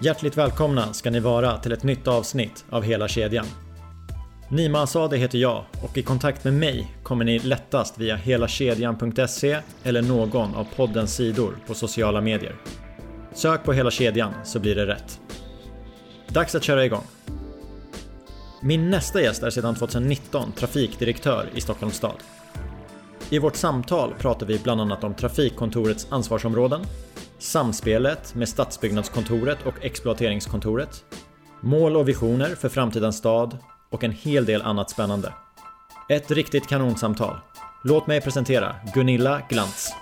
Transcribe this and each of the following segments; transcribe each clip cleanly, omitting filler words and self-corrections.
Hjärtligt välkomna ska ni vara till ett nytt avsnitt av Hela kedjan. Nima Asadi heter jag och i kontakt med mig kommer ni lättast via helakedjan.se eller någon av poddens sidor på sociala medier. Sök på Hela kedjan så blir det rätt. Dags att köra igång. Min nästa gäst är sedan 2019 trafikdirektör i Stockholms stad. I vårt samtal pratar vi bland annat om trafikkontorets ansvarsområden, samspelet med stadsbyggnadskontoret och exploateringskontoret, mål och visioner för framtidens stad och en hel del annat spännande. Ett riktigt kanonsamtal. Låt mig presentera Gunilla Glantz.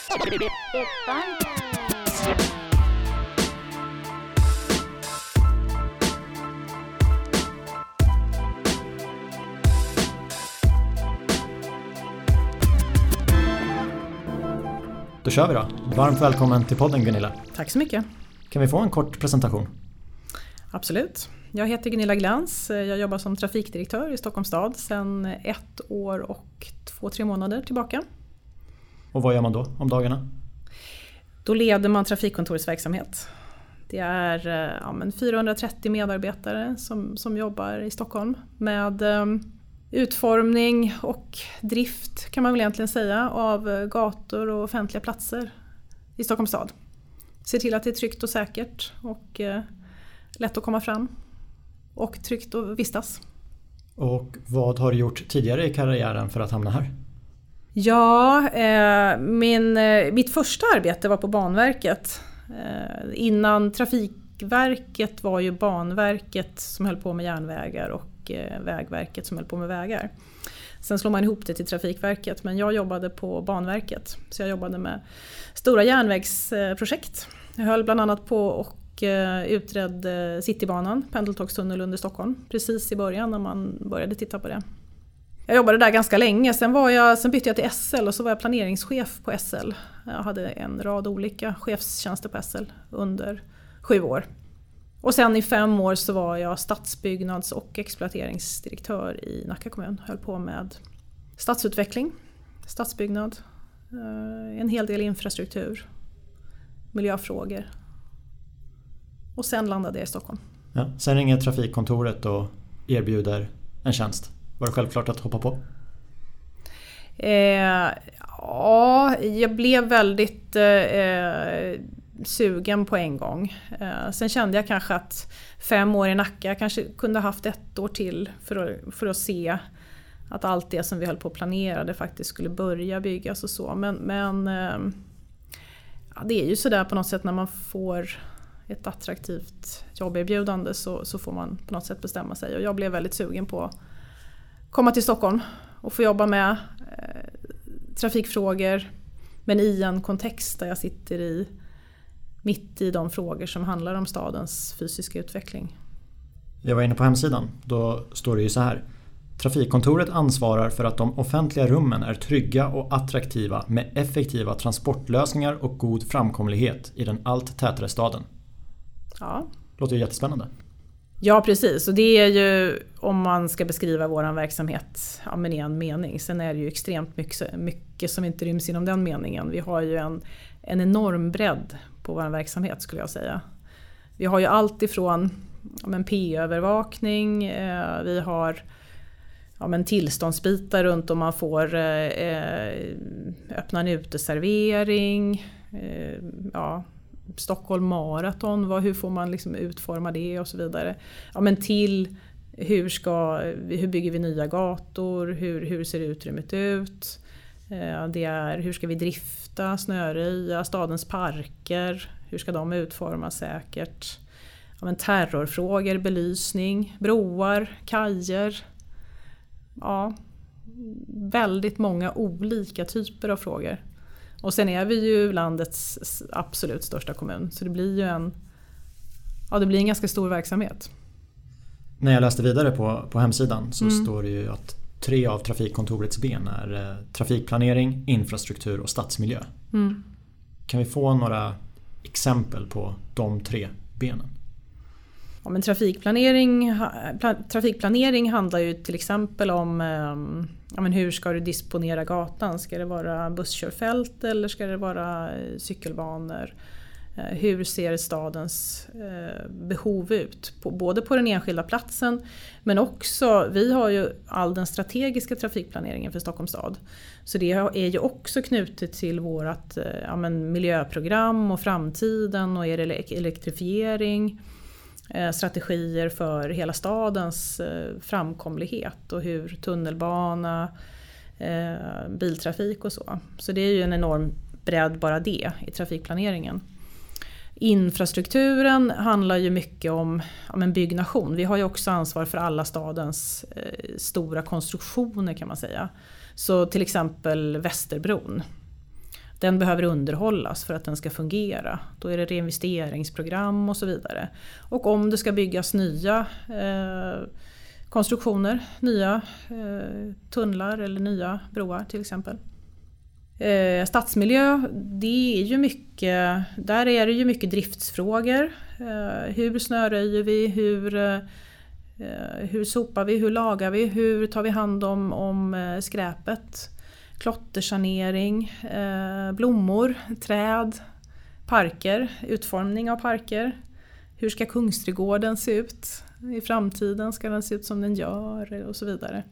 Då kör vi då. Varmt välkommen till podden Gunilla. Tack så mycket. Kan vi få en kort presentation? Absolut. Jag heter Gunilla Glantz. Jag jobbar som trafikdirektör i Stockholms stad sedan 1 år och 2-3 månader tillbaka. Och vad gör man då om dagarna? Då leder man trafikkontorets verksamhet. Det är 430 medarbetare som jobbar i Stockholm med utformning och drift kan man väl egentligen säga av gator och offentliga platser i Stockholms stad. Se till att det är tryggt och säkert och lätt att komma fram och tryggt att vistas. Och vad har du gjort tidigare i karriären för att hamna här? Ja, mitt första arbete var på Banverket. Innan Trafikverket var ju Banverket som höll på med järnvägar och Vägverket som höll på med vägar. Sen slår man ihop det till Trafikverket, men jag jobbade på Banverket. Så jag jobbade med stora järnvägsprojekt. Jag höll bland annat på och utredde Citybanan, pendeltågstunnel under Stockholm. Precis i början när man började titta på det. Jag jobbade där ganska länge. Sen bytte jag till SL och så var jag planeringschef på SL. Jag hade en rad olika chefstjänster på SL under 7 år. Och sen i 5 år så var jag stadsbyggnads- och exploateringsdirektör i Nacka kommun. Höll på med stadsutveckling, stadsbyggnad, en hel del infrastruktur, miljöfrågor. Och sen landade jag i Stockholm. Ja, sen ringer trafikkontoret och erbjuder en tjänst. Var det självklart att hoppa på? Ja, jag blev väldigt sugen på en gång. Sen kände jag kanske att 5 år i Nacka, jag kanske kunde haft 1 år till för att se att allt det som vi höll på att planera det faktiskt skulle börja byggas och så. Men det är ju sådär på något sätt när man får ett attraktivt jobberbjudande så får man på något sätt bestämma sig. Och jag blev väldigt sugen på att komma till Stockholm och få jobba med trafikfrågor, men i en kontext där jag sitter mitt i de frågor som handlar om stadens fysiska utveckling. Jag var inne på hemsidan. Då står det ju så här. Trafikkontoret ansvarar för att de offentliga rummen är trygga och attraktiva med effektiva transportlösningar och god framkomlighet i den allt tätare staden. Ja. Låter ju jättespännande. Ja, precis. Och det är ju, om man ska beskriva vår verksamhet i en mening. Sen är det ju extremt mycket som inte ryms inom den meningen. Vi har ju en enorm bredd på vår verksamhet skulle jag säga. Vi har ju allt ifrån P-övervakning, vi har tillståndsbitar runt om man får öppna en uteservering, Stockholm Marathon, hur får man liksom utforma det och så vidare. Till hur bygger vi nya gator, hur ser utrymmet ut, det är hur ska vi drifta, snöröja, stadens parker, hur ska de utformas säkert. Terrorfrågor, belysning, broar, kajer. Ja, väldigt många olika typer av frågor. Och sen är vi ju landets absolut största kommun. Så det blir ju en ganska stor verksamhet. När jag läste vidare på hemsidan så står det ju att 3 av trafikkontorets ben är trafikplanering, infrastruktur och stadsmiljö. Mm. Kan vi få några exempel på de 3 benen? Ja, men trafikplanering handlar ju till exempel om hur ska du disponera gatan? Ska det vara busskörfält eller ska det vara cykelbanor? Hur ser stadens behov ut? Både på den enskilda platsen, men också, vi har ju all den strategiska trafikplaneringen för Stockholms stad. Så det är ju också knutet till vårt miljöprogram och framtiden, och är det elektrifiering, strategier för hela stadens framkomlighet och hur tunnelbana, biltrafik och så. Så det är ju en enorm bredd bara det i trafikplaneringen. Infrastrukturen handlar ju mycket om byggnation. Vi har ju också ansvar för alla stadens stora konstruktioner kan man säga. Så till exempel Västerbron. Den behöver underhållas för att den ska fungera. Då är det reinvesteringsprogram och så vidare. Och om det ska byggas nya konstruktioner, nya tunnlar eller nya broar till exempel. Stadsmiljö, det är ju mycket, där är det ju mycket driftsfrågor. Hur snöröjer vi, hur sopar vi, hur lagar vi, hur tar vi hand om skräpet, klottersanering, blommor, träd, parker, utformning av parker. Hur ska Kungsträdgården se ut i framtiden, ska den se ut som den gör och så vidare.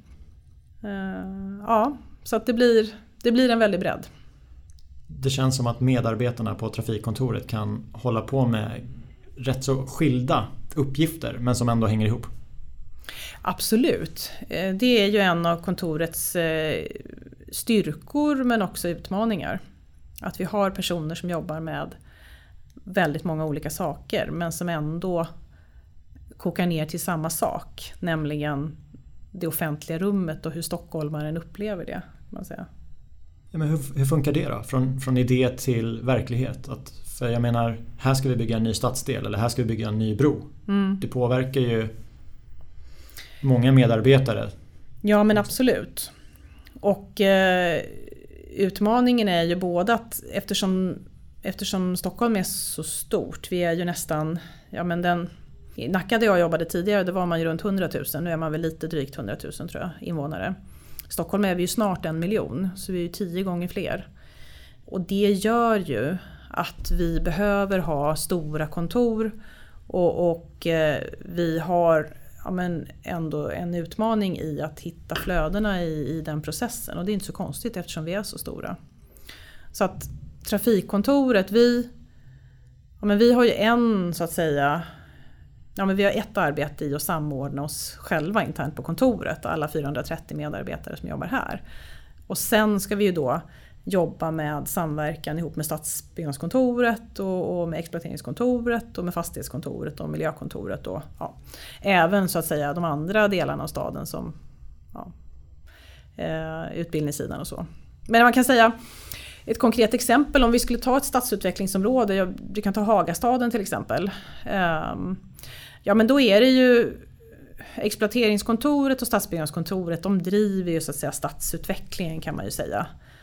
Så att det blir en väldig bredd. Det känns som att medarbetarna på trafikkontoret kan hålla på med rätt så skilda uppgifter men som ändå hänger ihop. Absolut. Det är ju en av kontorets styrkor men också utmaningar. Att vi har personer som jobbar med väldigt många olika saker men som ändå kokar ner till samma sak, nämligen det offentliga rummet och hur stockholmaren upplever det, kan man säga. Ja, men hur funkar det då? Från idé till verklighet? För jag menar, här ska vi bygga en ny stadsdel eller här ska vi bygga en ny bro. Det påverkar ju många medarbetare. Ja, men absolut. Och utmaningen är ju både att eftersom Stockholm är så stort, vi är ju nästan, i Nacka där jag jobbade tidigare, då var man ju runt 100 000, nu är man väl lite drygt 100 000 tror jag, invånare. Stockholm är vi ju snart 1 miljon, så vi är ju 10 gånger fler. Och det gör ju att vi behöver ha stora kontor och vi har ändå en utmaning i att hitta flödena i den processen. Och det är inte så konstigt eftersom vi är så stora. Så att trafikkontoret, vi har ju vi har ett arbete i att samordna oss själva internt på kontoret, alla 430 medarbetare som jobbar här. Och sen ska vi ju då jobba med samverkan ihop med stadsbyggnadskontoret och med exploateringskontoret och med fastighetskontoret och miljökontoret och även så att säga de andra delarna av staden som utbildningssidan och så. Men man kan säga ett konkret exempel, om vi skulle ta ett stadsutvecklingsområde, du kan ta Hagastaden till exempel. Men då är det ju exploateringskontoret och stadsbyggnadskontoret, de driver ju så att säga stadsutvecklingen kan man ju säga.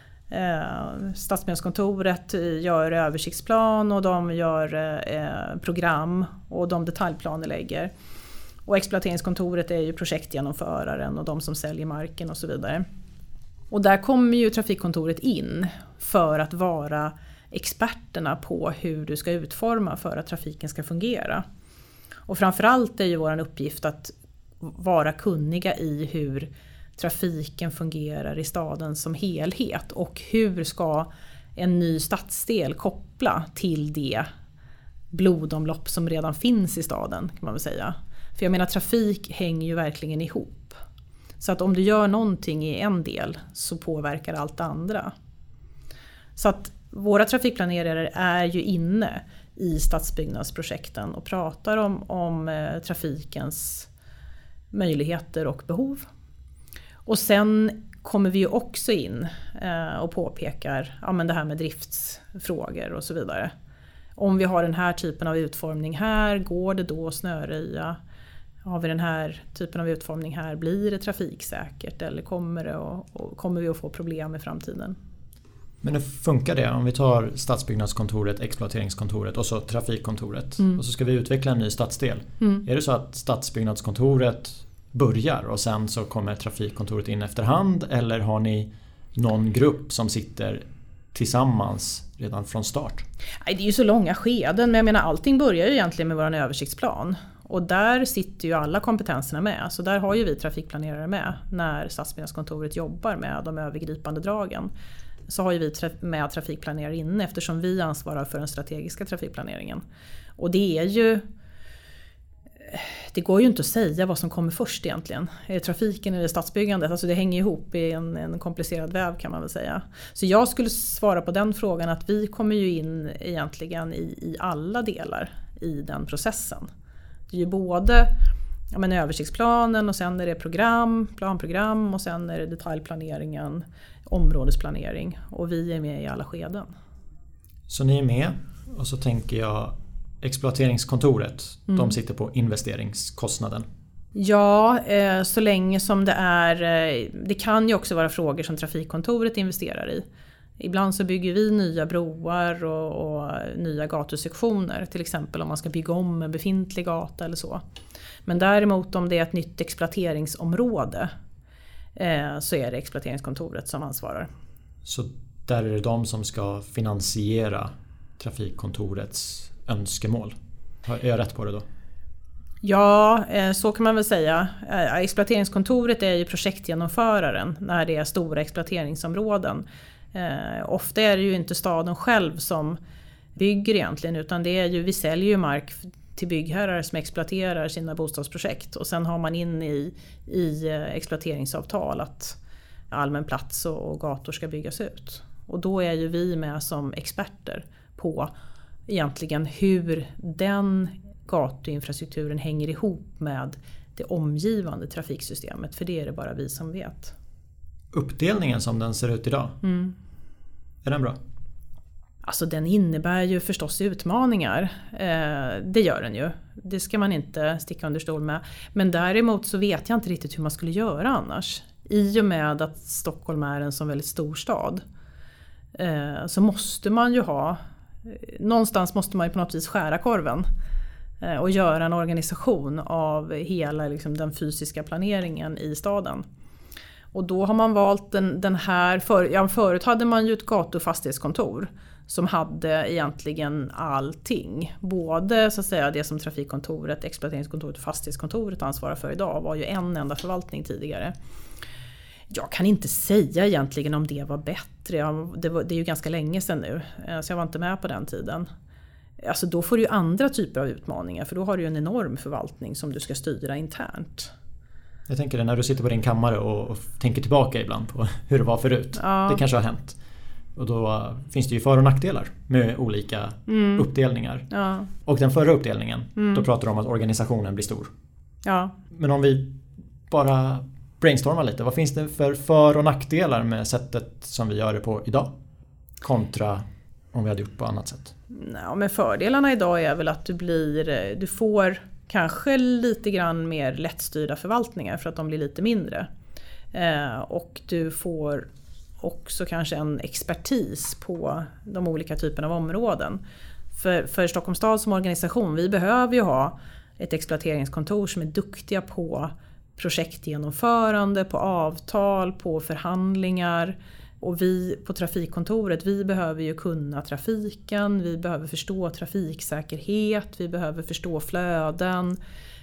Stadsbyggnadskontoret gör översiktsplan och de gör program och de detaljplaner lägger. Och exploateringskontoret är ju projektgenomföraren och de som säljer marken och så vidare. Och där kommer ju trafikkontoret in för att vara experterna på hur du ska utforma för att trafiken ska fungera. Och framförallt är ju vår uppgift att vara kunniga i hur trafiken fungerar i staden som helhet och hur ska en ny stadsdel koppla till det blodomlopp som redan finns i staden, kan man väl säga. För jag menar, trafik hänger ju verkligen ihop. Så att om du gör någonting i en del så påverkar allt andra. Så att våra trafikplanerare är ju inne i stadsbyggnadsprojekten och pratar om trafikens möjligheter och behov. Och sen kommer vi ju också in och påpekar det här med driftsfrågor och så vidare. Om vi har den här typen av utformning här, går det då att snöröja? Har vi den här typen av utformning här, blir det trafiksäkert eller kommer vi att få problem i framtiden? Men hur funkar det om vi tar stadsbyggnadskontoret, exploateringskontoret och så trafikkontoret och så ska vi utveckla en ny stadsdel? Är det så att stadsbyggnadskontoret börjar och sen så kommer trafikkontoret in efterhand, eller har ni någon grupp som sitter tillsammans redan från start? Nej, det är ju så långa skeden, men jag menar allting börjar ju egentligen med vår översiktsplan. Och där sitter ju alla kompetenserna med. Så där har ju vi trafikplanerare med när Stadsbyggnadskontoret jobbar med de övergripande dragen. Så har ju vi med trafikplanerare inne eftersom vi ansvarar för den strategiska trafikplaneringen. Och det är ju... Det går ju inte att säga vad som kommer först egentligen. Är det trafiken eller stadsbyggandet? Alltså det hänger ihop i en komplicerad väv kan man väl säga. Så jag skulle svara på den frågan att vi kommer ju in egentligen i alla delar i den processen. Det är ju både översiktsplanen och sen är det planprogram och sen är det detaljplaneringen, områdesplanering och vi är med i alla skeden. Så ni är med och så tänker jag exploateringskontoret, de sitter på investeringskostnaden. Ja, så länge som det är, det kan ju också vara frågor som trafikkontoret investerar i. Ibland så bygger vi nya broar och nya gatusektioner, till exempel om man ska bygga om en befintlig gata eller så. Men däremot om det är ett nytt exploateringsområde så är det exploateringskontoret som ansvarar. Så där är det de som ska finansiera trafikkontorets önskemål. Är jag rätt på det då? Ja, så kan man väl säga. Exploateringskontoret är ju projektgenomföraren när det är stora exploateringsområden. Ofta är det ju inte staden själv som bygger egentligen utan det är ju, vi säljer ju mark till byggherrar som exploaterar sina bostadsprojekt och sen har man in i exploateringsavtal att allmän plats och gator ska byggas ut. Och då är ju vi med som experter på egentligen hur den gatuinfrastrukturen hänger ihop med det omgivande trafiksystemet, för det är det bara vi som vet. Uppdelningen som den ser ut idag, är den bra? Alltså den innebär ju förstås utmaningar, det gör den ju. Det ska man inte sticka under stol med. Men däremot så vet jag inte riktigt hur man skulle göra annars. I och med att Stockholm är en så väldigt stor stad så måste man ju ha, någonstans måste man ju på något vis skära korven och göra en organisation av hela liksom, den fysiska planeringen i staden. Och då har man valt den här, förut hade man ju ett gatu- och fastighetskontor som hade egentligen allting. Både så att säga det som trafikkontoret, exploateringskontoret och fastighetskontoret ansvarar för idag var ju en enda förvaltning tidigare. Jag kan inte säga egentligen om det var bättre. Det är ju ganska länge sedan nu, så jag var inte med på den tiden. Alltså då får du ju andra typer av utmaningar, för då har du ju en enorm förvaltning som du ska styra internt. Jag tänker det när du sitter på din kammare och tänker tillbaka ibland på hur det var förut. Ja. Det kanske har hänt. Och då finns det ju för- och nackdelar med olika uppdelningar. Ja. Och den förra uppdelningen, då pratar du om att organisationen blir stor. Ja. Men om vi bara brainstormar lite, vad finns det för- och nackdelar med sättet som vi gör det på idag? Kontra om vi hade gjort på annat sätt. Ja, men fördelarna idag är väl att du får kanske lite grann mer lättstyrda förvaltningar för att de blir lite mindre. Och du får också kanske en expertis på de olika typerna av områden. För Stockholms stad som organisation, vi behöver ju ha ett exploateringskontor som är duktiga på projektgenomförande, på avtal, på förhandlingar. Och vi på trafikkontoret, vi behöver ju kunna trafiken, vi behöver förstå trafiksäkerhet, vi behöver förstå flöden.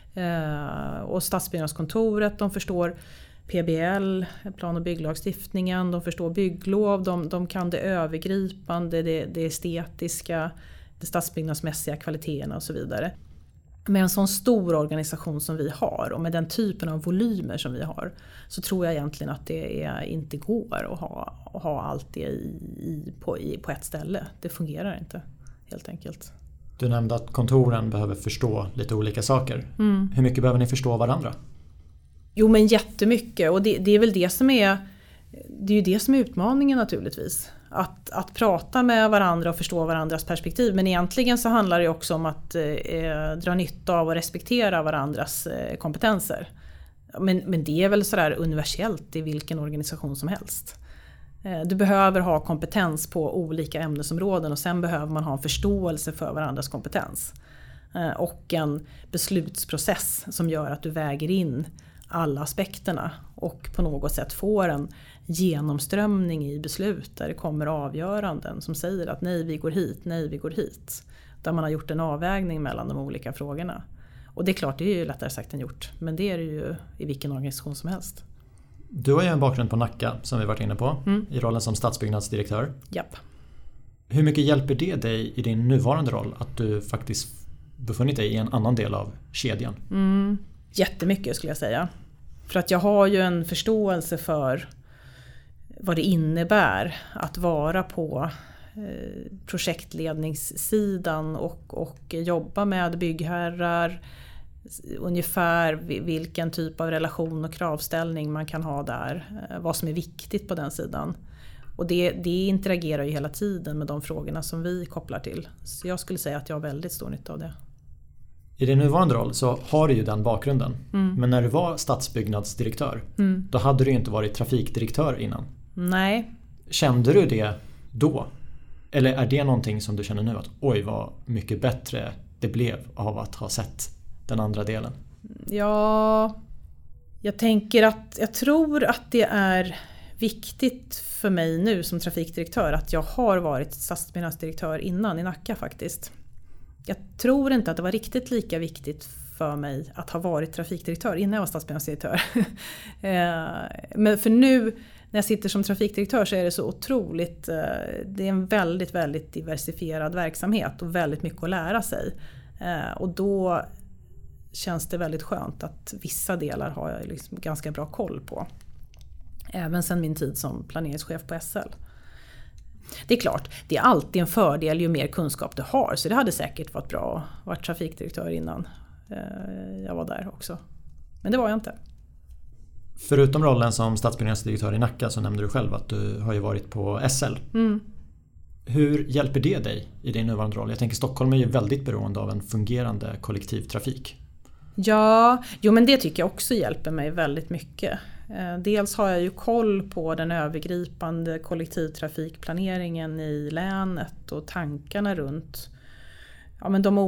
Och Stadsbyggnadskontoret, de förstår PBL, plan- och bygglagstiftningen, de förstår bygglov, de kan det övergripande, det estetiska, det stadsbyggnadsmässiga kvaliteterna och så vidare. Med en sån stor organisation som vi har och med den typen av volymer som vi har, så tror jag egentligen att det inte går att ha allt det på ett ställe. Det fungerar inte, helt enkelt. Du nämnde att kontoren behöver förstå lite olika saker. Hur mycket behöver ni förstå varandra? Jo, men jättemycket, och det är väl det som är utmaningen naturligtvis. Att prata med varandra och förstå varandras perspektiv. Men egentligen så handlar det också om att dra nytta av och respektera varandras kompetenser. Men det är väl sådär universellt i vilken organisation som helst. Du behöver ha kompetens på olika ämnesområden och sen behöver man ha en förståelse för varandras kompetens. Och en beslutsprocess som gör att du väger in alla aspekterna och på något sätt får en genomströmning i beslut där det kommer avgöranden som säger att nej vi går hit, nej vi går hit. Där man har gjort en avvägning mellan de olika frågorna. Och det är klart, det är ju lättare sagt än gjort, men det är det ju i vilken organisation som helst. Du har ju en bakgrund på Nacka som vi varit inne på i rollen som stadsbyggnadsdirektör. Japp. Hur mycket hjälper det dig i din nuvarande roll att du faktiskt befunnit dig i en annan del av kedjan? Jättemycket skulle jag säga. För att jag har ju en förståelse för vad det innebär att vara på projektledningssidan och jobba med byggherrar, ungefär vilken typ av relation och kravställning man kan ha där, vad som är viktigt på den sidan. Och det interagerar ju hela tiden med de frågorna som vi kopplar till. Så jag skulle säga att jag har väldigt stor nytta av det. I din nuvarande roll så har du ju den bakgrunden. Men när du var stadsbyggnadsdirektör, då hade du ju inte varit trafikdirektör innan. Nej. Kände du det då? Eller är det någonting som du känner nu att oj vad mycket bättre det blev av att ha sett den andra delen? Ja, jag tror att det är viktigt för mig nu som trafikdirektör att jag har varit stadsbyggnadsdirektör innan i Nacka faktiskt. Jag tror inte att det var riktigt lika viktigt för mig att ha varit trafikdirektör innan jag var stadsbyggnadsdirektör. Men för nu när jag sitter som trafikdirektör så är det så otroligt, det är en väldigt, väldigt diversifierad verksamhet och väldigt mycket att lära sig. Och då känns det väldigt skönt att vissa delar har jag liksom ganska bra koll på. Även sedan min tid som planeringschef på SL. Det är klart, det är alltid en fördel ju mer kunskap du har. Så det hade säkert varit bra att vara trafikdirektör innan jag var där också. Men det var jag inte. Förutom rollen som stadsbyggnadsdirektör i Nacka så nämnde du själv att du har ju varit på SL. Hur hjälper det dig i din nuvarande roll? Jag tänker Stockholm är ju väldigt beroende av en fungerande kollektivtrafik. Ja, men det tycker jag också hjälper mig väldigt mycket. Dels har jag ju koll på den övergripande kollektivtrafikplaneringen i länet och tankarna runt men de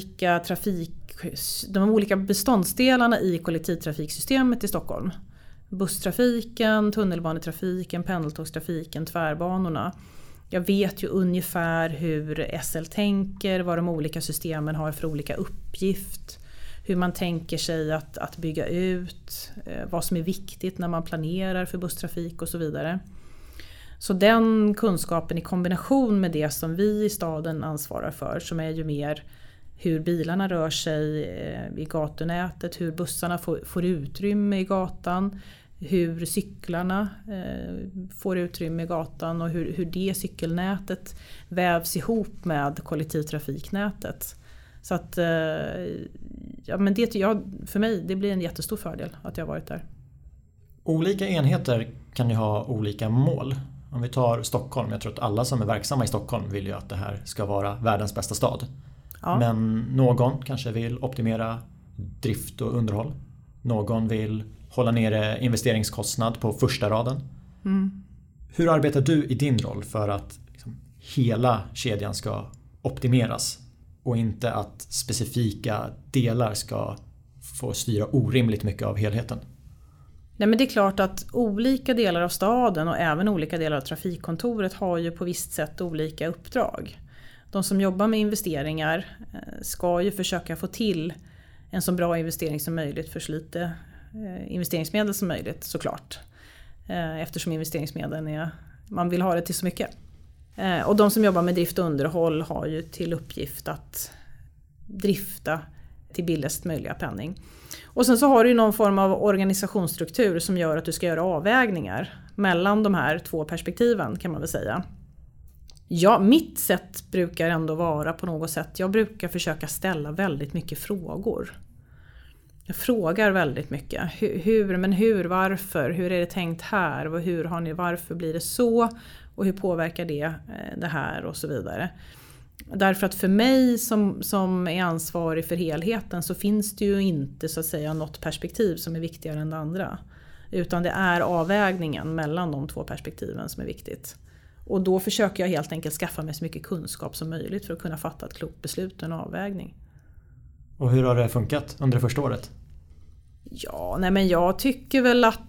olika beståndsdelarna i kollektivtrafiksystemet i Stockholm. Busstrafiken, tunnelbanetrafiken, pendeltågstrafiken, tvärbanorna. Jag vet ju ungefär hur SL tänker, vad de olika systemen har för olika uppgift. Hur man tänker sig att bygga ut, vad som är viktigt när man planerar för busstrafik och så vidare. Så den kunskapen i kombination med det som vi i staden ansvarar för, som är ju mer hur bilarna rör sig i gatunätet, hur bussarna får utrymme i gatan, hur cyklarna får utrymme i gatan och hur det cykelnätet vävs ihop med kollektivtrafiknätet. Så att men det för mig det blir en jättestor fördel att jag har varit där. Olika enheter kan ju ha olika mål. Om vi tar Stockholm, jag tror att alla som är verksamma i Stockholm vill ju att det här ska vara världens bästa stad. Ja. Men någon kanske vill optimera drift och underhåll. Någon vill hålla nere investeringskostnad på första raden. Hur arbetar du i din roll för att hela kedjan ska optimeras och inte att specifika delar ska få styra orimligt mycket av helheten? Nej, men det är klart att olika delar av staden och även olika delar av trafikkontoret har ju på visst sätt olika uppdrag. De som jobbar med investeringar ska ju försöka få till en så bra investering som möjligt för så lite investeringsmedel som möjligt såklart. Eftersom investeringsmedlen man vill ha det till så mycket. Och de som jobbar med drift och underhåll har ju till uppgift att drifta till billigast möjliga penning. Och sen så har du ju någon form av organisationsstruktur som gör att du ska göra avvägningar mellan de här två perspektiven kan man väl säga. Ja, mitt sätt brukar ändå vara på något sätt, jag brukar försöka ställa väldigt mycket frågor. Jag frågar väldigt mycket. Hur, varför, hur är det tänkt här? Varför blir det så? Och hur påverkar det här och så vidare. Därför att för mig som är ansvarig för helheten så finns det ju inte så att säga något perspektiv som är viktigare än det andra. Utan det är avvägningen mellan de två perspektiven som är viktigt. Och då försöker jag helt enkelt skaffa mig så mycket kunskap som möjligt för att kunna fatta ett klokt beslut och en avvägning. Och hur har det funkat under det första året? Ja, nej men jag tycker väl att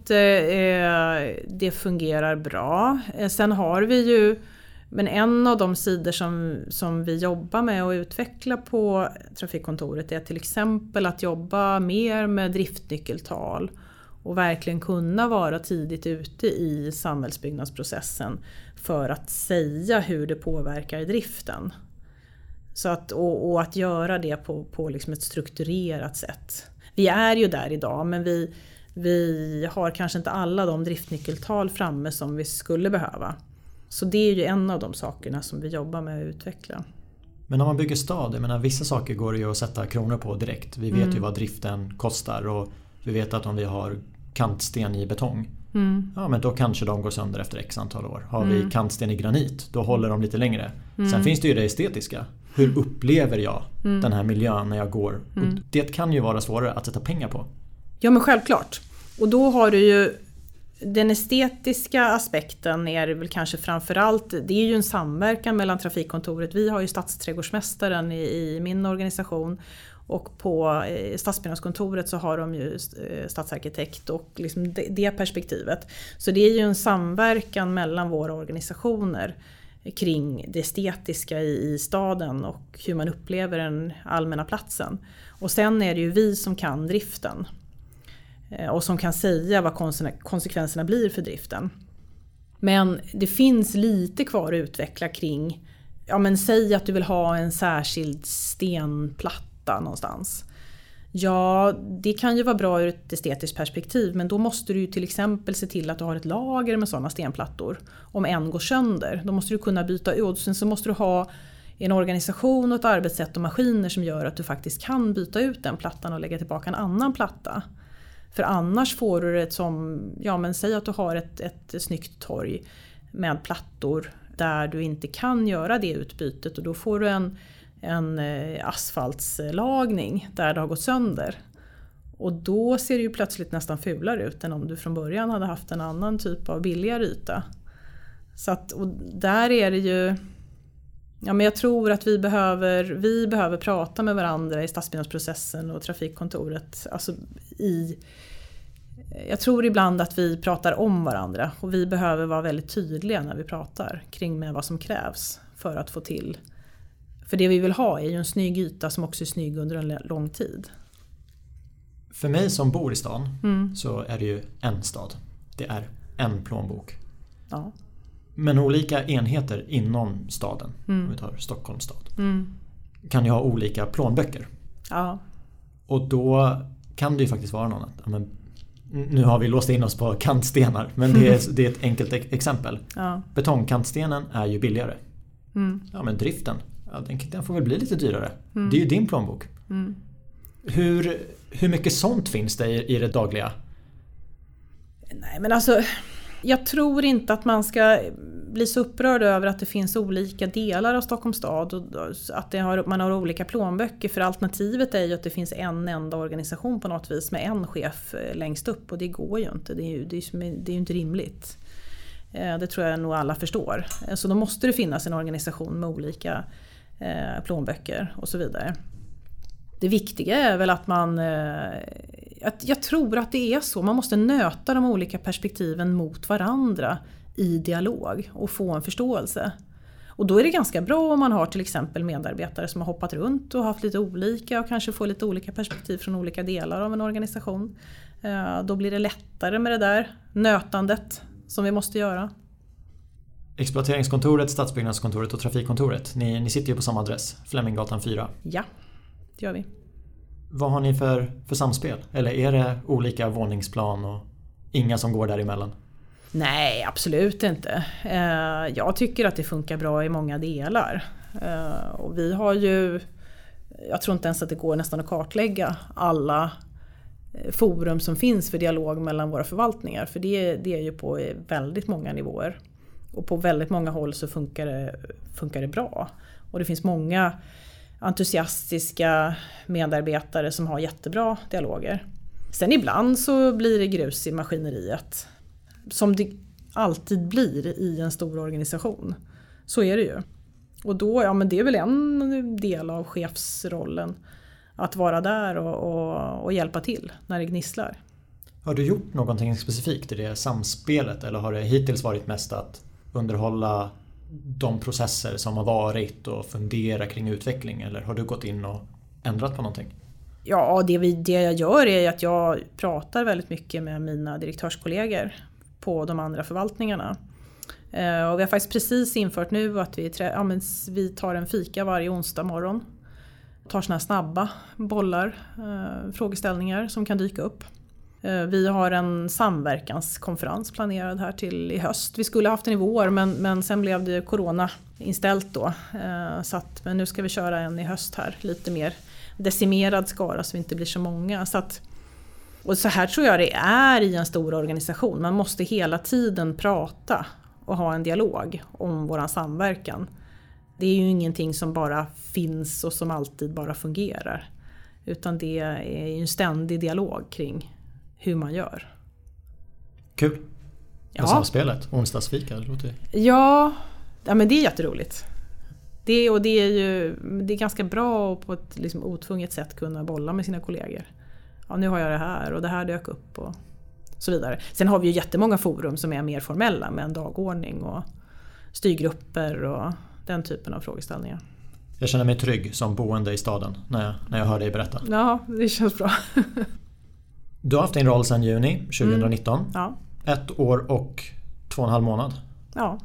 det fungerar bra. Sen har vi ju, men en av de sidor som vi jobbar med och utvecklar på trafikkontoret är till exempel att jobba mer med driftnyckeltal och verkligen kunna vara tidigt ute i samhällsbyggnadsprocessen för att säga hur det påverkar driften. Så att, och att göra det på liksom ett strukturerat sätt. Vi är ju där idag, men vi har kanske inte alla de driftnyckeltal framme som vi skulle behöva. Så det är ju en av de sakerna som vi jobbar med att utveckla. Men om man bygger stad, jag menar, vissa saker går det ju att sätta kronor på direkt. Vi vet ju vad driften kostar och vi vet att om vi har kantsten i betong, ja, men då kanske de går sönder efter x antal år. Har vi kantsten i granit, då håller de lite längre. Sen finns det ju det estetiska. Hur upplever jag den här miljön när jag går? Och det kan ju vara svårare att sätta pengar på. Ja, men självklart. Och då har du ju den estetiska aspekten är väl kanske framförallt, det är ju en samverkan mellan trafikkontoret. Vi har ju stadsträdgårdsmästaren i min organisation och på stadsbyggnadskontoret så har de ju stadsarkitekt och liksom det perspektivet. Så det är ju en samverkan mellan våra organisationer kring det estetiska i staden och hur man upplever den allmänna platsen. Och sen är det ju vi som kan driften och som kan säga vad konsekvenserna blir för driften. Men det finns lite kvar att utveckla kring, ja men säg att du vill ha en särskild stenplatta någonstans. Ja, det kan ju vara bra ur ett estetiskt perspektiv, men då måste du ju till exempel se till att du har ett lager med sådana stenplattor. Om en går sönder, då måste du kunna byta ut. Sen så måste du ha en organisation och ett arbetssätt och maskiner som gör att du faktiskt kan byta ut den plattan och lägga tillbaka en annan platta. För annars får du det som, ja men säg att du har ett snyggt torg med plattor där du inte kan göra det utbytet och då får du en asfaltslagning där det har gått sönder. Och då ser det ju plötsligt nästan fulare ut än om du från början hade haft en annan typ av billigare yta. Så att, och där är det ju, ja men jag tror att vi behöver prata med varandra i stadsbyggnadsprocessen och trafikkontoret. Alltså jag tror ibland att vi pratar om varandra och vi behöver vara väldigt tydliga när vi pratar kring med vad som krävs för att få till. För det vi vill ha är ju en snygg yta som också är snygg under en lång tid. För mig som bor i stan så är det ju en stad. Det är en plånbok. Ja. Men olika enheter inom staden, om vi tar Stockholms stad, kan ju ha olika plånböcker. Ja. Och då kan det ju faktiskt vara något annat. Ja, men nu har vi låst in oss på kantstenar, men det är ett enkelt exempel. Ja. Betongkantstenen är ju billigare. Ja, men driften, ja, den får väl bli lite dyrare. Det är ju din plånbok. Hur mycket sånt finns det i det dagliga? Nej, men alltså, jag tror inte att man ska bli så upprörd över att det finns olika delar av Stockholms stad och att man har olika plånböcker. För alternativet är ju att det finns en enda organisation på något vis med en chef längst upp och det går ju inte. Det är ju inte rimligt. Det tror jag nog alla förstår. Så då måste det finnas en organisation med olika plånböcker och så vidare. Det viktiga är väl att jag tror att det är så. Man måste nöta de olika perspektiven mot varandra i dialog och få en förståelse. Och då är det ganska bra om man har till exempel medarbetare som har hoppat runt och haft lite olika och kanske får lite olika perspektiv från olika delar av en organisation. Då blir det lättare med det där nötandet som vi måste göra. Exploateringskontoret, stadsbyggnadskontoret och trafikkontoret, ni sitter ju på samma adress, Fleminggatan 4. Ja, det gör vi. Vad har ni för samspel? Eller är det olika våningsplan och inga som går däremellan? Nej, absolut inte. Jag tycker att det funkar bra i många delar. Och vi har ju, jag tror inte ens att det går nästan att kartlägga alla forum som finns för dialog mellan våra förvaltningar. För det är ju på väldigt många nivåer. Och på väldigt många håll så funkar det bra. Och det finns många entusiastiska medarbetare som har jättebra dialoger. Sen ibland så blir det grus i maskineriet. Som det alltid blir i en stor organisation. Så är det ju. Och då, ja men det är väl en del av chefsrollen. att vara där och hjälpa till när det gnisslar. Har du gjort någonting specifikt i det samspelet eller har det hittills varit mest att underhålla de processer som har varit och fundera kring utveckling, eller har du gått in och ändrat på någonting? Ja, det jag gör är att jag pratar väldigt mycket med mina direktörskollegor på de andra förvaltningarna. Och vi har faktiskt precis infört nu att vi tar en fika varje onsdag morgon. Tar såna här snabba bollar, frågeställningar som kan dyka upp. Vi har en samverkanskonferens planerad här till i höst. Vi skulle ha haft den i vår men sen blev det corona inställt då. Men nu ska vi köra en i höst här, lite mer decimerad skara så vi inte blir så många. Och så här tror jag det är i en stor organisation. Man måste hela tiden prata och ha en dialog om våran samverkan. Det är ju ingenting som bara finns och som alltid bara fungerar. Utan det är ju en ständig dialog kring hur man gör. Kul. Med samspelet, onsdagsfika, det låter. Ja, men det är jätteroligt. Det är ganska bra att på ett liksom otvunget sätt kunna bolla med sina kollegor. Ja, nu har jag det här och det här dök upp och så vidare. Sen har vi ju jättemånga forum som är mer formella med en dagordning och styrgrupper och den typen av frågeställningar. Jag känner mig trygg som boende i staden när jag hör dig berätta. Ja, det känns bra. Du har haft din roll sedan juni 2019. Ja. 1 år och 2,5 månad. Ja.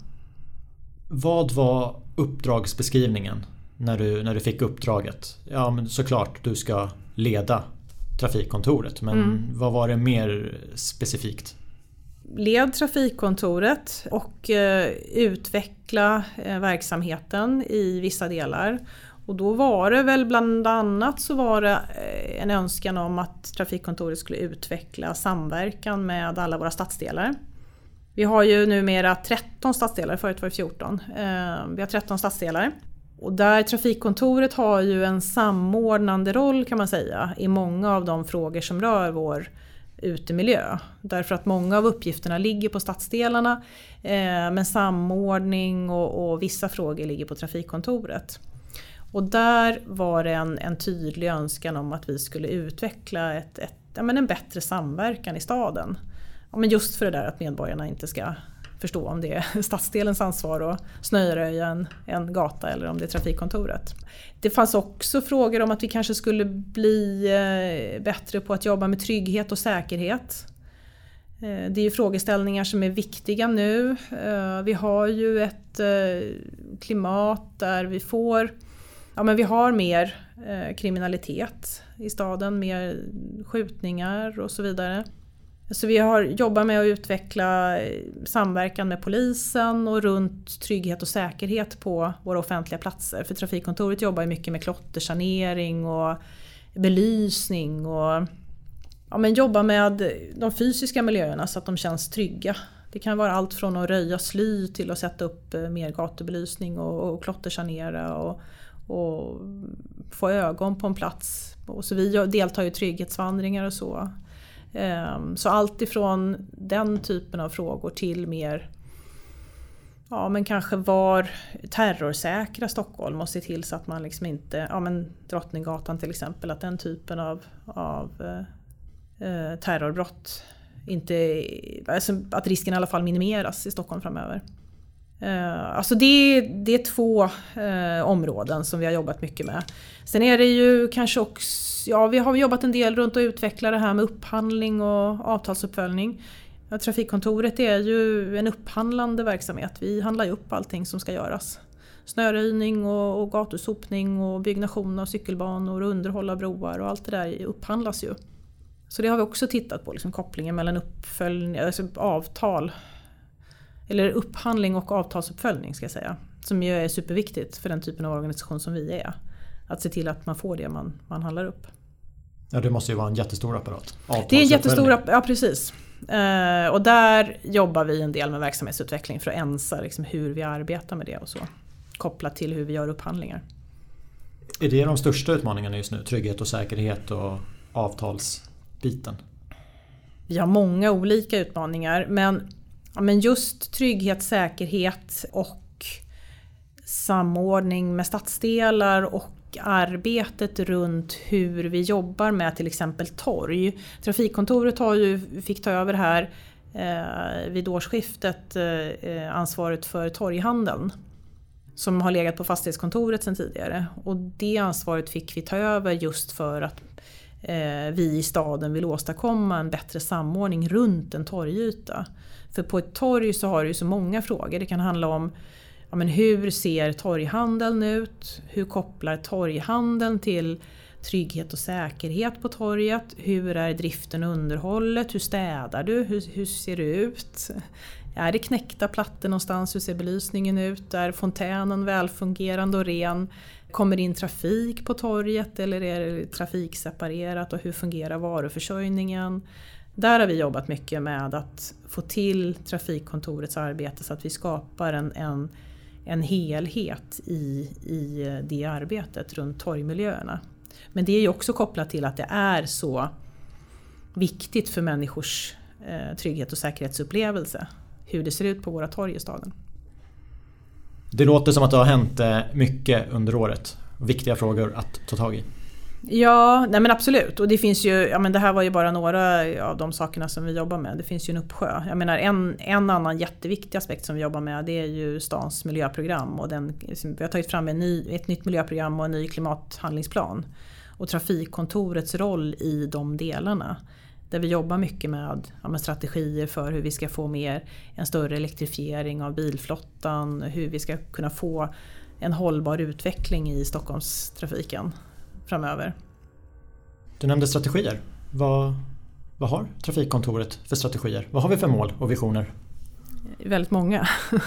Vad var uppdragsbeskrivningen när du fick uppdraget? Ja, men såklart du ska leda trafikkontoret, men vad var det mer specifikt? Led trafikkontoret och utveckla verksamheten i vissa delar. Och då var det väl bland annat så var det en önskan om att trafikkontoret skulle utveckla samverkan med alla våra stadsdelar. Vi har ju numera 13 stadsdelar, förut var det 14. Vi har 13 stadsdelar. Och där trafikkontoret har ju en samordnande roll kan man säga i många av de frågor som rör vår utemiljö. Därför att många av uppgifterna ligger på stadsdelarna men samordning och vissa frågor ligger på trafikkontoret. Och där var det en tydlig önskan om att vi skulle utveckla en bättre samverkan i staden. Ja, men just för det där att medborgarna inte ska förstå om det är stadsdelens ansvar att snöröja en gata eller om det är trafikkontoret. Det fanns också frågor om att vi kanske skulle bli bättre på att jobba med trygghet och säkerhet. Det är ju frågeställningar som är viktiga nu. Vi har ju ett klimat där vi har mer kriminalitet i staden, mer skjutningar och så vidare. Så vi har jobbat med att utveckla samverkan med polisen och runt trygghet och säkerhet på våra offentliga platser. För trafikkontoret jobbar mycket med klottersanering och belysning och jobba med de fysiska miljöerna så att de känns trygga. Det kan vara allt från att röja sly till att sätta upp mer gatubelysning och klottersanera och få ögon på en plats. Och så vi deltar i trygghetsvandringar och så. Så allt ifrån den typen av frågor till mer kanske var terrorsäkra Stockholm och se till så att man liksom inte, Drottninggatan till exempel, att den typen av terrorbrott inte, alltså att risken i alla fall minimeras i Stockholm framöver. Alltså det är 2 områden som vi har jobbat mycket med. Sen är det ju kanske också, vi har jobbat en del runt att utveckla det här med upphandling och avtalsuppföljning. Trafikkontoret är ju en upphandlande verksamhet. Vi handlar ju upp allting som ska göras. Snöröjning och gatusopning och byggnation av cykelbanor och underhåll av broar och allt det där upphandlas ju. Så det har vi också tittat på, liksom kopplingen mellan uppföljning, alltså avtal, eller upphandling och avtalsuppföljning ska jag säga. Som ju är superviktigt för den typen av organisation som vi är. Att se till att man får det man handlar upp. Ja, det måste ju vara en jättestor apparat. Det är en jättestor apparat, ja precis. Och där jobbar vi en del med verksamhetsutveckling för att ensa liksom hur vi arbetar med det och så. Kopplat till hur vi gör upphandlingar. Är det de största utmaningarna just nu? Trygghet och säkerhet och avtalsbiten? Vi har många olika utmaningar men just trygghet, säkerhet och samordning med stadsdelar och arbetet runt hur vi jobbar med till exempel torg. Trafikkontoret fick ta över här vid årsskiftet ansvaret för torghandeln som har legat på fastighetskontoret sedan tidigare. Och det ansvaret fick vi ta över just för att vi i staden vill åstadkomma en bättre samordning runt en torgyta. För på ett torg så har det ju så många frågor. Det kan handla om hur ser torghandeln ut? Hur kopplar torghandeln till trygghet och säkerhet på torget? Hur är driften och underhållet? Hur städar du? Hur ser det ut? Är det knäckta plattor någonstans? Hur ser belysningen ut? Är fontänen välfungerande och ren? Kommer in trafik på torget eller är det trafikseparerat? Och hur fungerar varuförsörjningen? Där har vi jobbat mycket med att få till trafikkontorets arbete så att vi skapar en helhet i det arbetet runt torgmiljöerna. Men det är ju också kopplat till att det är så viktigt för människors trygghet och säkerhetsupplevelse hur det ser ut på våra torg i staden. Det låter som att det har hänt mycket under året. Viktiga frågor att ta tag i. Ja, nej men absolut. Och det finns ju, det här var ju bara några av de sakerna som vi jobbar med. Det finns ju en uppsjö. Jag menar en annan jätteviktig aspekt som vi jobbar med, det är ju stans miljöprogram. Och vi har tagit fram ett nytt miljöprogram och en ny klimathandlingsplan. Och trafikkontorets roll i de delarna. Där vi jobbar mycket med strategier för hur vi ska få en större elektrifiering av bilflottan. Hur vi ska kunna få en hållbar utveckling i Stockholmstrafiken framöver. Du nämnde strategier. Vad har trafikkontoret för strategier? Vad har vi för mål och visioner? Väldigt många.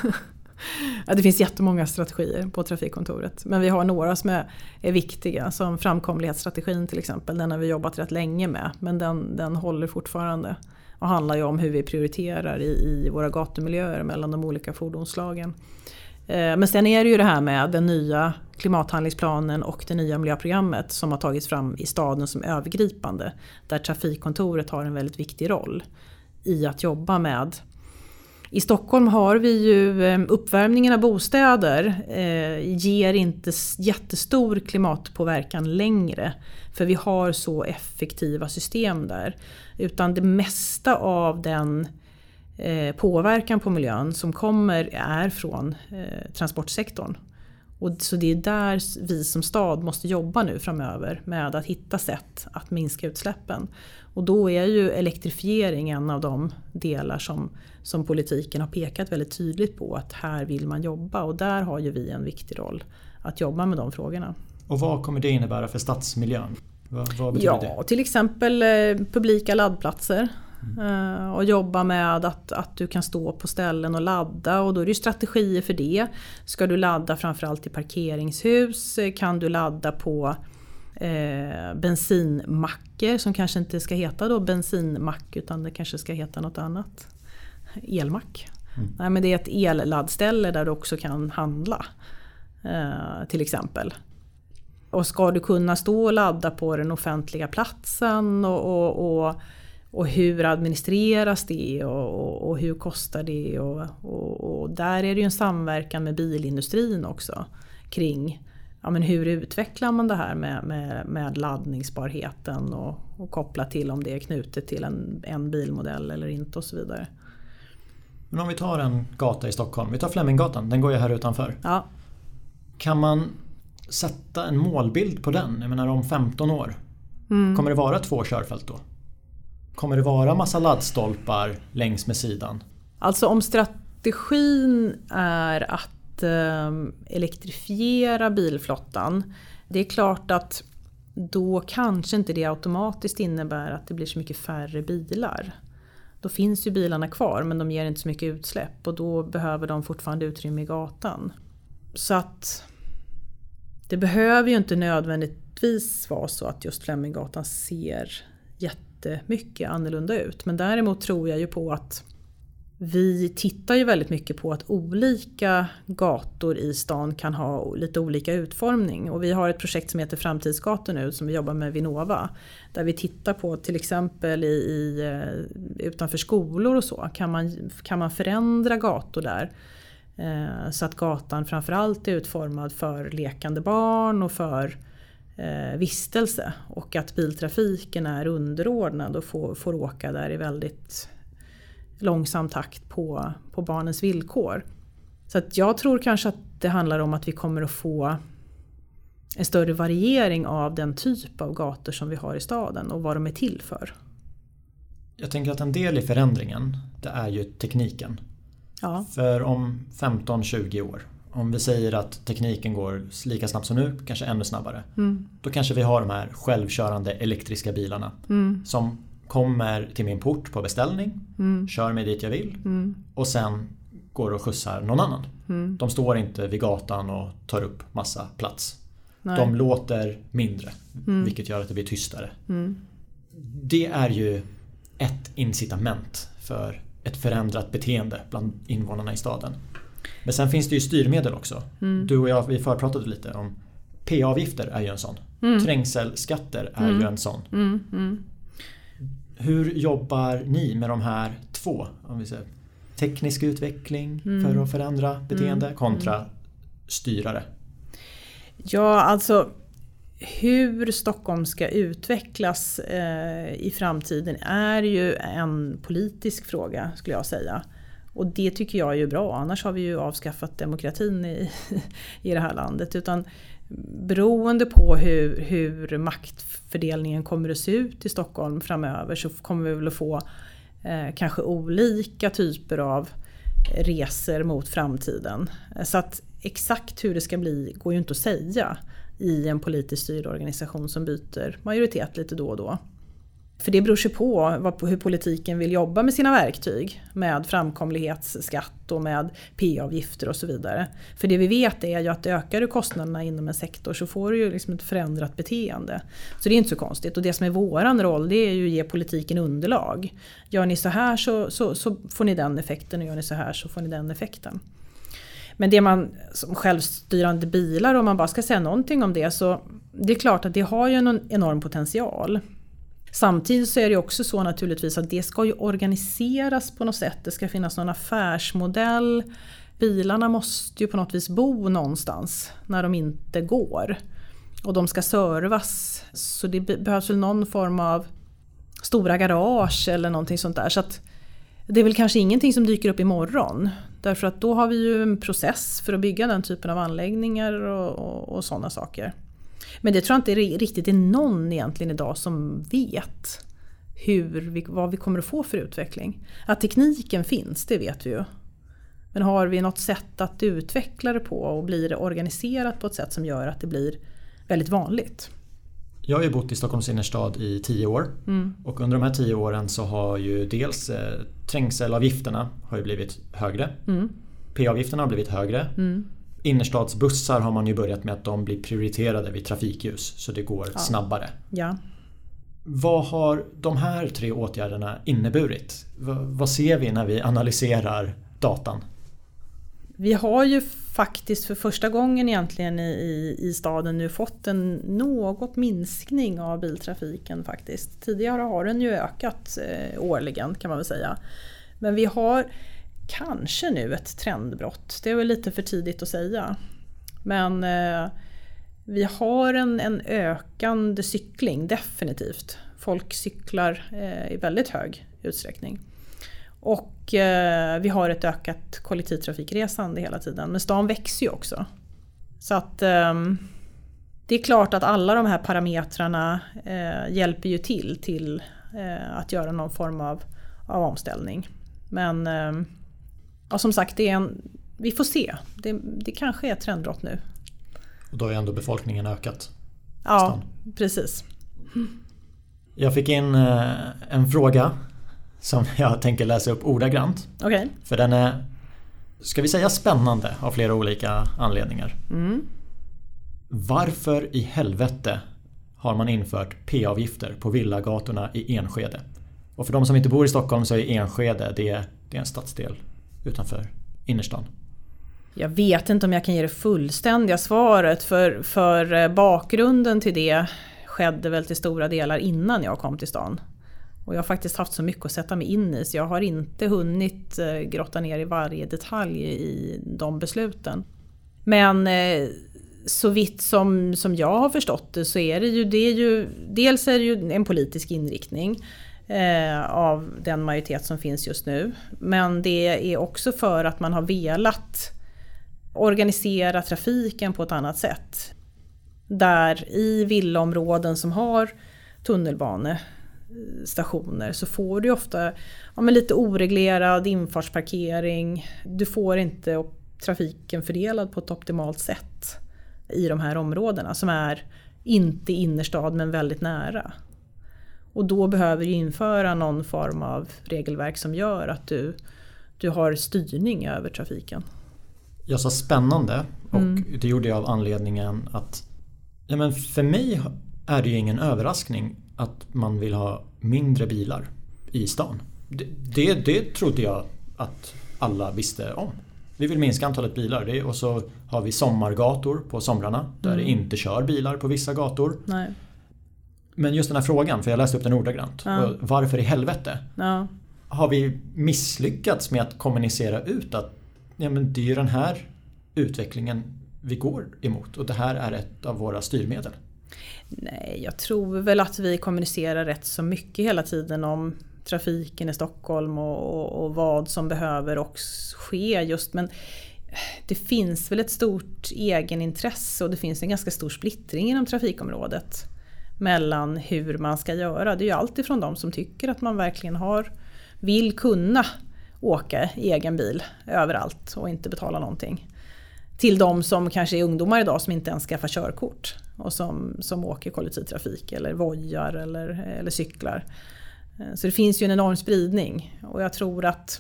Det finns jättemånga strategier på trafikkontoret. Men vi har några som är viktiga. Som framkomlighetsstrategin till exempel. Den har vi jobbat rätt länge med. Men den håller fortfarande. Och handlar ju om hur vi prioriterar i våra gatumiljöer mellan de olika fordonsslagen. Men sen är det ju det här med den nya klimathandlingsplanen och det nya miljöprogrammet som har tagits fram i staden som övergripande. Där trafikkontoret har en väldigt viktig roll i att jobba med. I Stockholm har vi ju uppvärmningen av bostäder ger inte jättestor klimatpåverkan längre. För vi har så effektiva system där. Utan det mesta av den påverkan på miljön som kommer är från transportsektorn. Och så det är där vi som stad måste jobba nu framöver med att hitta sätt att minska utsläppen. Och då är ju elektrifiering en av de delar som politiken har pekat väldigt tydligt på att här vill man jobba. Och där har ju vi en viktig roll att jobba med de frågorna. Och vad kommer det innebära för stadsmiljön? Vad betyder det? Ja, till exempel publika laddplatser. Och jobba med att du kan stå på ställen och ladda, och då är det ju strategier för det. Ska du ladda framförallt i parkeringshus? Kan du ladda på bensinmacker som kanske inte ska heta då bensinmack utan det kanske ska heta något annat? Elmack. Nej, men det är ett elladdställe där du också kan handla till exempel. Och ska du kunna stå och ladda på den offentliga platsen och hur administreras det och hur kostar det och där är det ju en samverkan med bilindustrin också kring hur utvecklar man det här med laddningsbarheten och koppla till om det är knutet till en bilmodell eller inte och så vidare. Men om vi tar en gata i Stockholm, vi tar Fleminggatan, den går ju här utanför. Ja. Kan man sätta en målbild på den? Jag menar om 15 år, kommer det vara 2 körfält då? Kommer det vara massa laddstolpar längs med sidan? Alltså om strategin är att elektrifiera bilflottan, det är klart att då kanske inte det automatiskt innebär att det blir så mycket färre bilar. Då finns ju bilarna kvar men de ger inte så mycket utsläpp och då behöver de fortfarande utrymme i gatan. Så att det behöver ju inte nödvändigtvis vara så att just Fleminggatan ser jättemycket annorlunda ut. Men däremot tror jag ju på att vi tittar ju väldigt mycket på att olika gator i stan kan ha lite olika utformning. Och vi har ett projekt som heter Framtidsgator nu som vi jobbar med Vinnova. Där vi tittar på till exempel utanför skolor och så. Kan man förändra gator där? Så att gatan framförallt är utformad för lekande barn och för vistelse och att biltrafiken är underordnad och får åka där i väldigt långsam takt på barnens villkor. Så att jag tror kanske att det handlar om att vi kommer att få en större variering av den typ av gator som vi har i staden och vad de är till för. Jag tänker att en del i förändringen, det är ju tekniken. Ja. För om 15-20 år, om vi säger att tekniken går lika snabbt som nu, kanske ännu snabbare, då kanske vi har de här självkörande elektriska bilarna som kommer till min port på beställning, kör mig dit jag vill och sen går och skjutsar någon annan. De står inte vid gatan och tar upp massa plats. Nej. De låter mindre, vilket gör att det blir tystare. Det är ju ett incitament för ett förändrat beteende bland invånarna i staden. Men sen finns det ju styrmedel också. Du och jag, vi förpratade lite om P-avgifter är ju en sån. Trängselskatter är ju en sån. Hur jobbar ni med de här två? Om vi säger teknisk utveckling för att förändra beteende kontra styrare? Ja, alltså hur Stockholm ska utvecklas i framtiden är ju en politisk fråga, skulle jag säga. Och det tycker jag är ju bra, annars har vi ju avskaffat demokratin i det här landet. Utan beroende på hur maktfördelningen kommer att se ut i Stockholm framöver så kommer vi väl att få kanske olika typer av resor mot framtiden. Så att exakt hur det ska bli går ju inte att säga i en politiskt styrd organisation som byter majoritet lite då och då. För det beror sig på hur politiken vill jobba med sina verktyg, med framkomlighetsskatt och med P-avgifter och så vidare. För det vi vet är ju att ökar du kostnaderna inom en sektor så får du ju liksom ett förändrat beteende. Så det är inte så konstigt. Och det som är våran roll, det är ju att ge politiken underlag. Gör ni så här så får ni den effekten, och gör ni så här så får ni den effekten. Men det man som självstyrande bilar, om man bara ska säga någonting om det, så det är klart att det har ju en enorm potential. Samtidigt så är det också så naturligtvis att det ska ju organiseras på något sätt. Det ska finnas någon affärsmodell. Bilarna måste ju på något vis bo någonstans när de inte går. Och de ska servas. Så det behövs väl någon form av stora garage eller någonting sånt där. Så att det är väl kanske ingenting som dyker upp imorgon. Därför att då har vi ju en process för att bygga den typen av anläggningar och sådana saker. Men det tror jag inte riktigt är någon egentligen idag som vet vad vi kommer att få för utveckling. Att tekniken finns, det vet vi ju. Men har vi något sätt att utveckla det på och blir det organiserat på ett sätt som gör att det blir väldigt vanligt? Jag har ju bott i Stockholms innerstad i 10 år. Och under de här 10 åren så har ju dels trängselavgifterna har ju blivit högre. P-avgifterna har blivit högre. Innerstadsbussar har man ju börjat med att de blir prioriterade vid trafikljus så det går snabbare. Ja. Vad har de här 3 åtgärderna inneburit? Vad ser vi när vi analyserar datan? Vi har ju faktiskt för första gången egentligen i staden nu fått en något minskning av biltrafiken faktiskt. Tidigare har den ju ökat årligen kan man väl säga. Men vi har kanske nu ett trendbrott. Det är väl lite för tidigt att säga. Men vi har en ökande cykling definitivt. Folk cyklar i väldigt hög utsträckning. Och vi har ett ökat kollektivtrafikresande hela tiden. Men stan växer ju också. Så att det är klart att alla de här parametrarna hjälper ju till att göra någon form av omställning. Men som sagt, vi får se. Det kanske är ett trendbrott nu. Och då har ju ändå befolkningen ökat. Ja, precis. Jag fick in en fråga som jag tänker läsa upp ordagrant. Okay. För den är, ska vi säga, spännande av flera olika anledningar. Varför i helvete har man infört P-avgifter på villagatorna i Enskede? Och för de som inte bor i Stockholm så är Enskede det är en stadsdel utanför innerstan. Jag vet inte om jag kan ge det fullständiga svaret, för bakgrunden till det skedde väl till stora delar innan jag kom till stan. Och jag har faktiskt haft så mycket att sätta mig in i så jag har inte hunnit grotta ner i varje detalj i de besluten. Men så vitt som jag har förstått det så är dels är det ju en politisk inriktning av den majoritet som finns just nu. Men det är också för att man har velat organisera trafiken på ett annat sätt. Där i villaområden som har tunnelbanestationer så får du ofta lite oreglerad infartsparkering. Du får inte trafiken fördelad på ett optimalt sätt i de här områdena som är inte innerstad men väldigt nära. Och då behöver du införa någon form av regelverk som gör att du har styrning över trafiken. Jag sa spännande och det gjorde jag av anledningen att för mig är det ju ingen överraskning att man vill ha mindre bilar i stan. Det trodde jag att alla visste om. Vi vill minska antalet bilar och så har vi sommargator på somrarna där det inte kör bilar på vissa gator. Nej. Men just den här frågan, för jag läste upp den ordagrant. Ja. Och varför i helvete? Ja. Har vi misslyckats med att kommunicera ut att det är ju den här utvecklingen vi går emot och det här är ett av våra styrmedel? Nej, jag tror väl att vi kommunicerar rätt så mycket hela tiden om trafiken i Stockholm och vad som behöver också ske just. Men det finns väl ett stort egenintresse och det finns en ganska stor splittring inom trafikområdet mellan hur man ska göra. Det är ju allt ifrån de som tycker att man verkligen vill kunna åka i egen bil överallt och inte betala någonting. Till de som kanske är ungdomar idag som inte ens skaffar körkort och som åker kollektivtrafik eller vojar eller cyklar. Så det finns ju en enorm spridning och jag tror att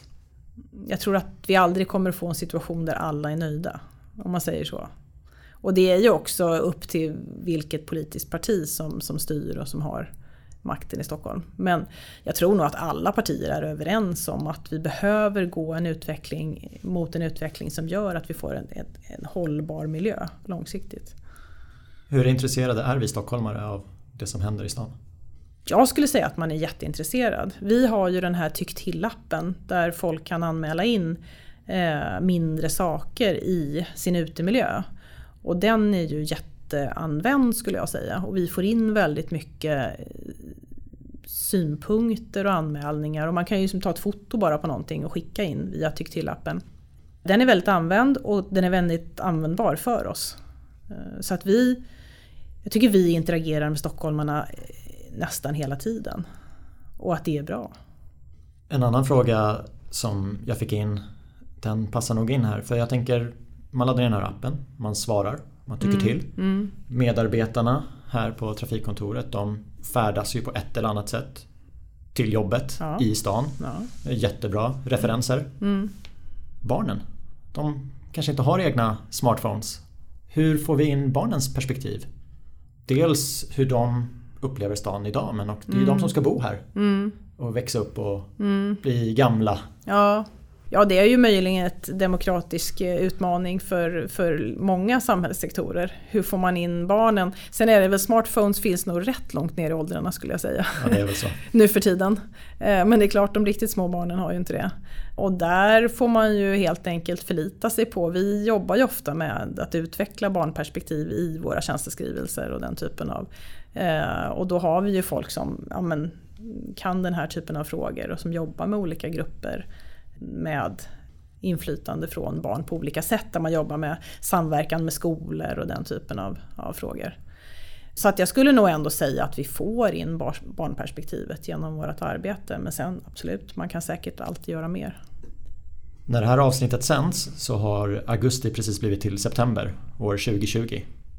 vi aldrig kommer att få en situation där alla är nöjda, om man säger så. Och det är ju också upp till vilket politiskt parti som styr och som har makten i Stockholm. Men jag tror nog att alla partier är överens om att vi behöver gå mot en utveckling som gör att vi får en hållbar miljö långsiktigt. Hur intresserade är vi stockholmare av det som händer i stan? Jag skulle säga att man är jätteintresserad. Vi har ju den här tyck till-appen där folk kan anmäla in mindre saker i sin utemiljö. Och den är ju jätteanvänd skulle jag säga. Och vi får in väldigt mycket synpunkter och anmälningar. Och man kan ju ta ett foto bara på någonting och skicka in via tyck till-appen. Den är väldigt använd och den är väldigt användbar för oss. Så att jag tycker vi interagerar med stockholmarna nästan hela tiden. Och att det är bra. En annan fråga som jag fick in, den passar nog in här. För jag tänker, man laddar in den här appen, man svarar, man tycker till. Medarbetarna här på trafikkontoret, de färdas ju på ett eller annat sätt till jobbet i stan. Ja. Jättebra referenser. Barnen, de kanske inte har egna smartphones. Hur får vi in barnens perspektiv? Dels hur de upplever stan idag, men det är ju de som ska bo här och växa upp och bli gamla. Ja, det är ju möjligen ett demokratisk utmaning för många samhällssektorer. Hur får man in barnen? Sen är det väl, smartphones finns nog rätt långt ner i åldrarna skulle jag säga. Ja, det är väl så. Nu för tiden. Men det är klart, de riktigt små barnen har ju inte det. Och där får man ju helt enkelt förlita sig på. Vi jobbar ju ofta med att utveckla barnperspektiv i våra tjänsteskrivelser och den typen av. Och då har vi ju folk som kan den här typen av frågor och som jobbar med olika grupper med inflytande från barn på olika sätt, där man jobbar med samverkan med skolor och den typen av frågor. Så att jag skulle nog ändå säga att vi får in barnperspektivet genom vårt arbete, men sen absolut, man kan säkert alltid göra mer. När det här avsnittet sänds så har augusti precis blivit till september år 2020.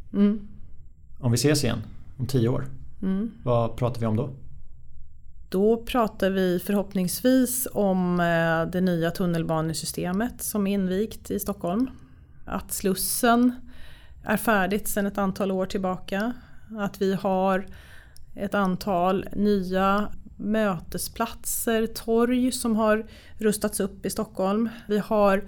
Om vi ses igen om 10 år, vad pratar vi om då? Då pratar vi förhoppningsvis om det nya tunnelbanesystemet som är invigt i Stockholm. Att Slussen är färdigt sedan ett antal år tillbaka. Att vi har ett antal nya mötesplatser, torg som har rustats upp i Stockholm. Vi har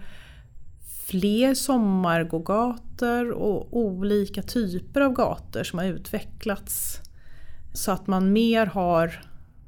fler sommargågator och olika typer av gator som har utvecklats så att man mer har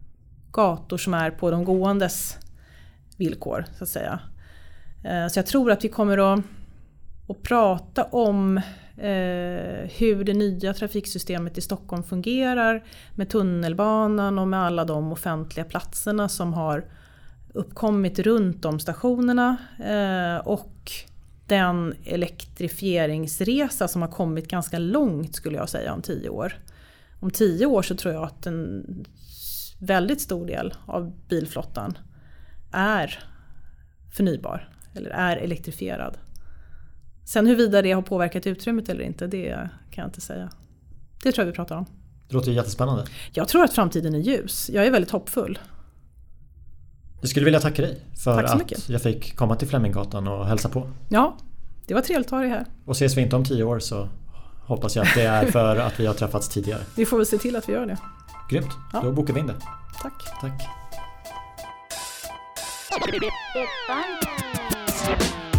gator som är på de gåendes villkor så att säga. Så jag tror att vi kommer att prata om hur det nya trafiksystemet i Stockholm fungerar med tunnelbanan och med alla de offentliga platserna som har uppkommit runt om stationerna och den elektrifieringsresa som har kommit ganska långt skulle jag säga om 10 år. Om 10 år så tror jag att en väldigt stor del av bilflottan är förnybar eller är elektrifierad. Sen huruvida det har påverkat utrymmet eller inte, det kan jag inte säga. Det tror jag vi pratar om. Det låter jättespännande. Jag tror att framtiden är ljus. Jag är väldigt hoppfull. Jag skulle vilja tacka dig för att mycket. Jag fick komma till Fleminggatan och hälsa på. Ja, det var trevligt att ha dig här. Och ses vi inte om 10 år så hoppas jag att det är för att vi har träffats tidigare. Vi får väl se till att vi gör det. Grymt, Ja. Då bokar vi in det. Tack. Tack.